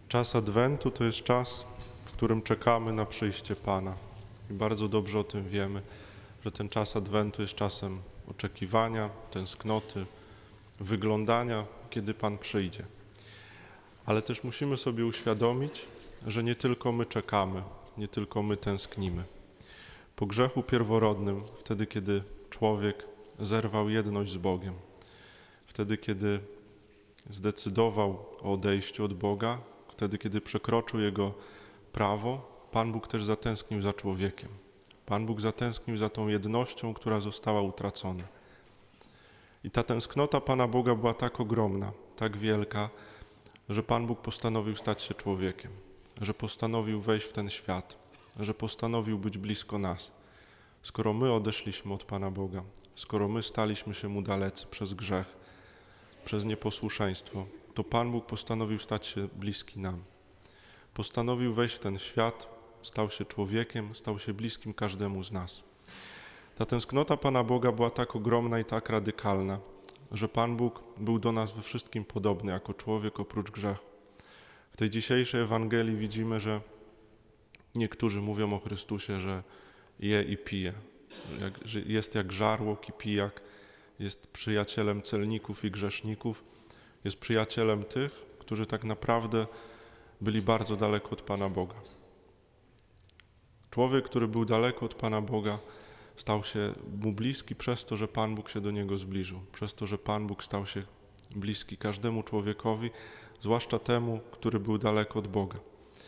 Czas Adwentu to jest czas, w którym czekamy na przyjście Pana. I bardzo dobrze o tym wiemy, że ten czas Adwentu jest czasem oczekiwania, tęsknoty, wyglądania, kiedy Pan przyjdzie. Ale też musimy sobie uświadomić, że nie tylko my czekamy, nie tylko my tęsknimy. Po grzechu pierworodnym, wtedy kiedy człowiek zerwał jedność z Bogiem, wtedy kiedy zdecydował o odejściu od Boga, wtedy kiedy przekroczył Jego prawo, Pan Bóg też zatęsknił za człowiekiem. Pan Bóg zatęsknił za tą jednością, która została utracona. I ta tęsknota Pana Boga była tak ogromna, tak wielka, że Pan Bóg postanowił stać się człowiekiem, że postanowił wejść w ten świat, że postanowił być blisko nas. Skoro my odeszliśmy od Pana Boga, skoro my staliśmy się Mu dalecy przez grzech, przez nieposłuszeństwo, to Pan Bóg postanowił stać się bliski nam. Postanowił wejść w ten świat, stał się człowiekiem, stał się bliskim każdemu z nas. Ta tęsknota Pana Boga była tak ogromna i tak radykalna, że Pan Bóg był do nas we wszystkim podobny jako człowiek oprócz grzechu. W tej dzisiejszej Ewangelii widzimy, że niektórzy mówią o Chrystusie, że je i pije, że jest jak żarłok i pijak, jest przyjacielem celników i grzeszników, jest przyjacielem tych, którzy tak naprawdę byli bardzo daleko od Pana Boga. Człowiek, który był daleko od Pana Boga, stał się mu bliski przez to, że Pan Bóg się do niego zbliżył, przez to, że Pan Bóg stał się bliski każdemu człowiekowi, zwłaszcza temu, który był daleko od Boga.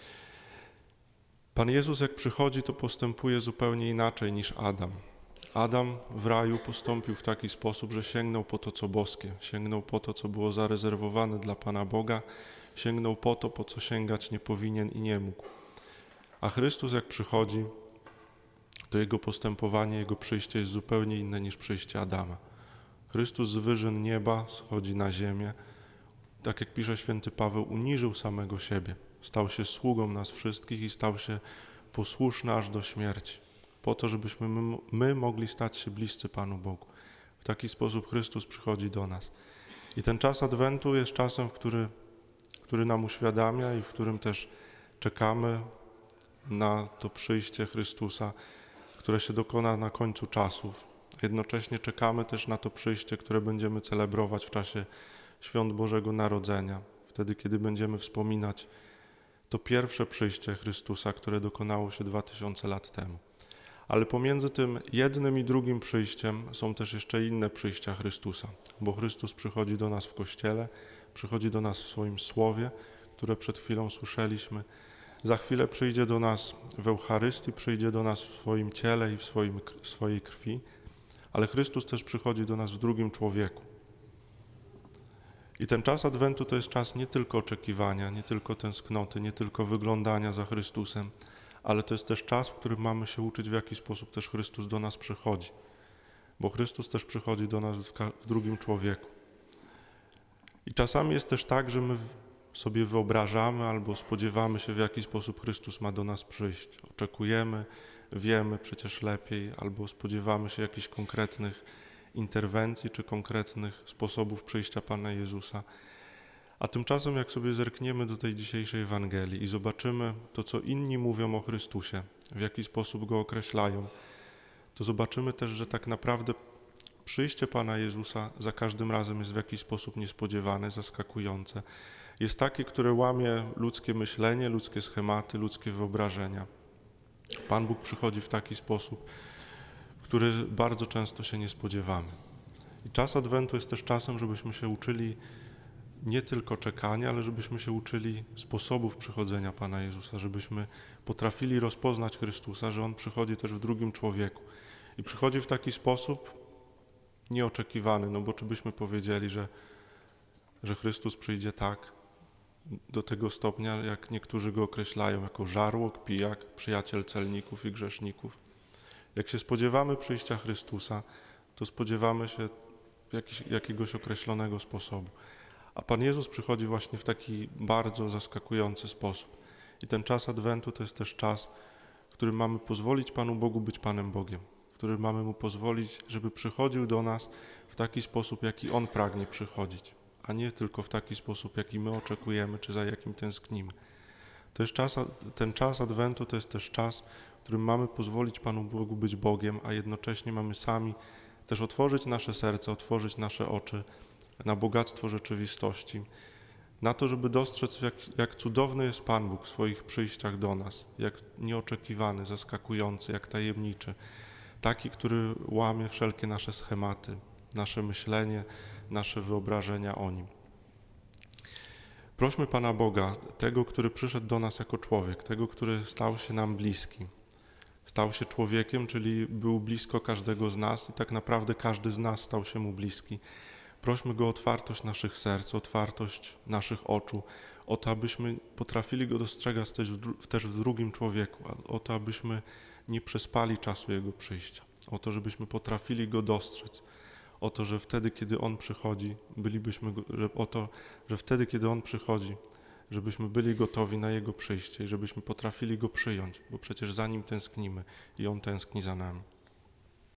Pan Jezus, jak przychodzi, to postępuje zupełnie inaczej niż Adam. Adam w raju postąpił w taki sposób, że sięgnął po to, co boskie, sięgnął po to, co było zarezerwowane dla Pana Boga, sięgnął po to, po co sięgać nie powinien i nie mógł. A Chrystus, jak przychodzi, to Jego postępowanie, Jego przyjście jest zupełnie inne niż przyjście Adama. Chrystus z wyżyn nieba schodzi na ziemię. Tak jak pisze święty Paweł, uniżył samego siebie. Stał się sługą nas wszystkich i stał się posłuszny aż do śmierci. Po to, żebyśmy my mogli stać się bliscy Panu Bogu. W taki sposób Chrystus przychodzi do nas. I ten czas Adwentu jest czasem, który nam uświadamia i w którym też czekamy na to przyjście Chrystusa, które się dokona na końcu czasów. Jednocześnie czekamy też na to przyjście, które będziemy celebrować w czasie Świąt Bożego Narodzenia. Wtedy, kiedy będziemy wspominać to pierwsze przyjście Chrystusa, które dokonało się 2000 lat temu. Ale pomiędzy tym jednym i drugim przyjściem są też jeszcze inne przyjścia Chrystusa, bo Chrystus przychodzi do nas w Kościele, przychodzi do nas w swoim Słowie, które przed chwilą słyszeliśmy. Za chwilę przyjdzie do nas w Eucharystii, przyjdzie do nas w swoim ciele i w swojej krwi, ale Chrystus też przychodzi do nas w drugim człowieku. I ten czas Adwentu to jest czas nie tylko oczekiwania, nie tylko tęsknoty, nie tylko wyglądania za Chrystusem, ale to jest też czas, w którym mamy się uczyć, w jaki sposób też Chrystus do nas przychodzi. Bo Chrystus też przychodzi do nas w drugim człowieku. I czasami jest też tak, że my sobie wyobrażamy albo spodziewamy się, w jaki sposób Chrystus ma do nas przyjść. Oczekujemy, wiemy przecież lepiej, albo spodziewamy się jakichś konkretnych interwencji czy konkretnych sposobów przyjścia Pana Jezusa. A tymczasem, jak sobie zerkniemy do tej dzisiejszej Ewangelii i zobaczymy to, co inni mówią o Chrystusie, w jaki sposób Go określają, to zobaczymy też, że tak naprawdę przyjście Pana Jezusa za każdym razem jest w jakiś sposób niespodziewane, zaskakujące. Jest takie, które łamie ludzkie myślenie, ludzkie schematy, ludzkie wyobrażenia. Pan Bóg przychodzi w taki sposób, w który bardzo często się nie spodziewamy. I czas Adwentu jest też czasem, żebyśmy się uczyli nie tylko czekania, ale żebyśmy się uczyli sposobów przychodzenia Pana Jezusa, żebyśmy potrafili rozpoznać Chrystusa, że On przychodzi też w drugim człowieku. I przychodzi w taki sposób nieoczekiwany, no bo czy byśmy powiedzieli, że Chrystus przyjdzie tak, do tego stopnia, jak niektórzy Go określają, jako żarłok, pijak, przyjaciel celników i grzeszników. Jak się spodziewamy przyjścia Chrystusa, to spodziewamy się jakiegoś określonego sposobu. A Pan Jezus przychodzi właśnie w taki bardzo zaskakujący sposób. I ten czas Adwentu to jest też czas, w którym mamy pozwolić Panu Bogu być Panem Bogiem, w którym mamy Mu pozwolić, żeby przychodził do nas w taki sposób, jaki On pragnie przychodzić. a nie tylko w taki sposób, jaki my oczekujemy, czy za jakim tęsknimy. To jest ten czas Adwentu to jest też czas, w którym mamy pozwolić Panu Bogu być Bogiem, a jednocześnie mamy sami też otworzyć nasze serce, otworzyć nasze oczy na bogactwo rzeczywistości, na to, żeby dostrzec, jak cudowny jest Pan Bóg w swoich przyjściach do nas, jak nieoczekiwany, zaskakujący, jak tajemniczy, taki, który łamie wszelkie nasze schematy, nasze myślenie, nasze wyobrażenia o Nim. Prośmy Pana Boga, tego, który przyszedł do nas jako człowiek, tego, który stał się nam bliski. Stał się człowiekiem, czyli był blisko każdego z nas i tak naprawdę każdy z nas stał się Mu bliski. Prośmy Go o otwartość naszych serc, otwartość naszych oczu, o to, abyśmy potrafili Go dostrzegać też w drugim człowieku, o to, abyśmy nie przespali czasu Jego przyjścia, o to, żebyśmy potrafili Go dostrzec, o to, że wtedy, kiedy On przychodzi, żebyśmy byli gotowi na Jego przyjście i żebyśmy potrafili Go przyjąć, bo przecież za Nim tęsknimy i On tęskni za nami.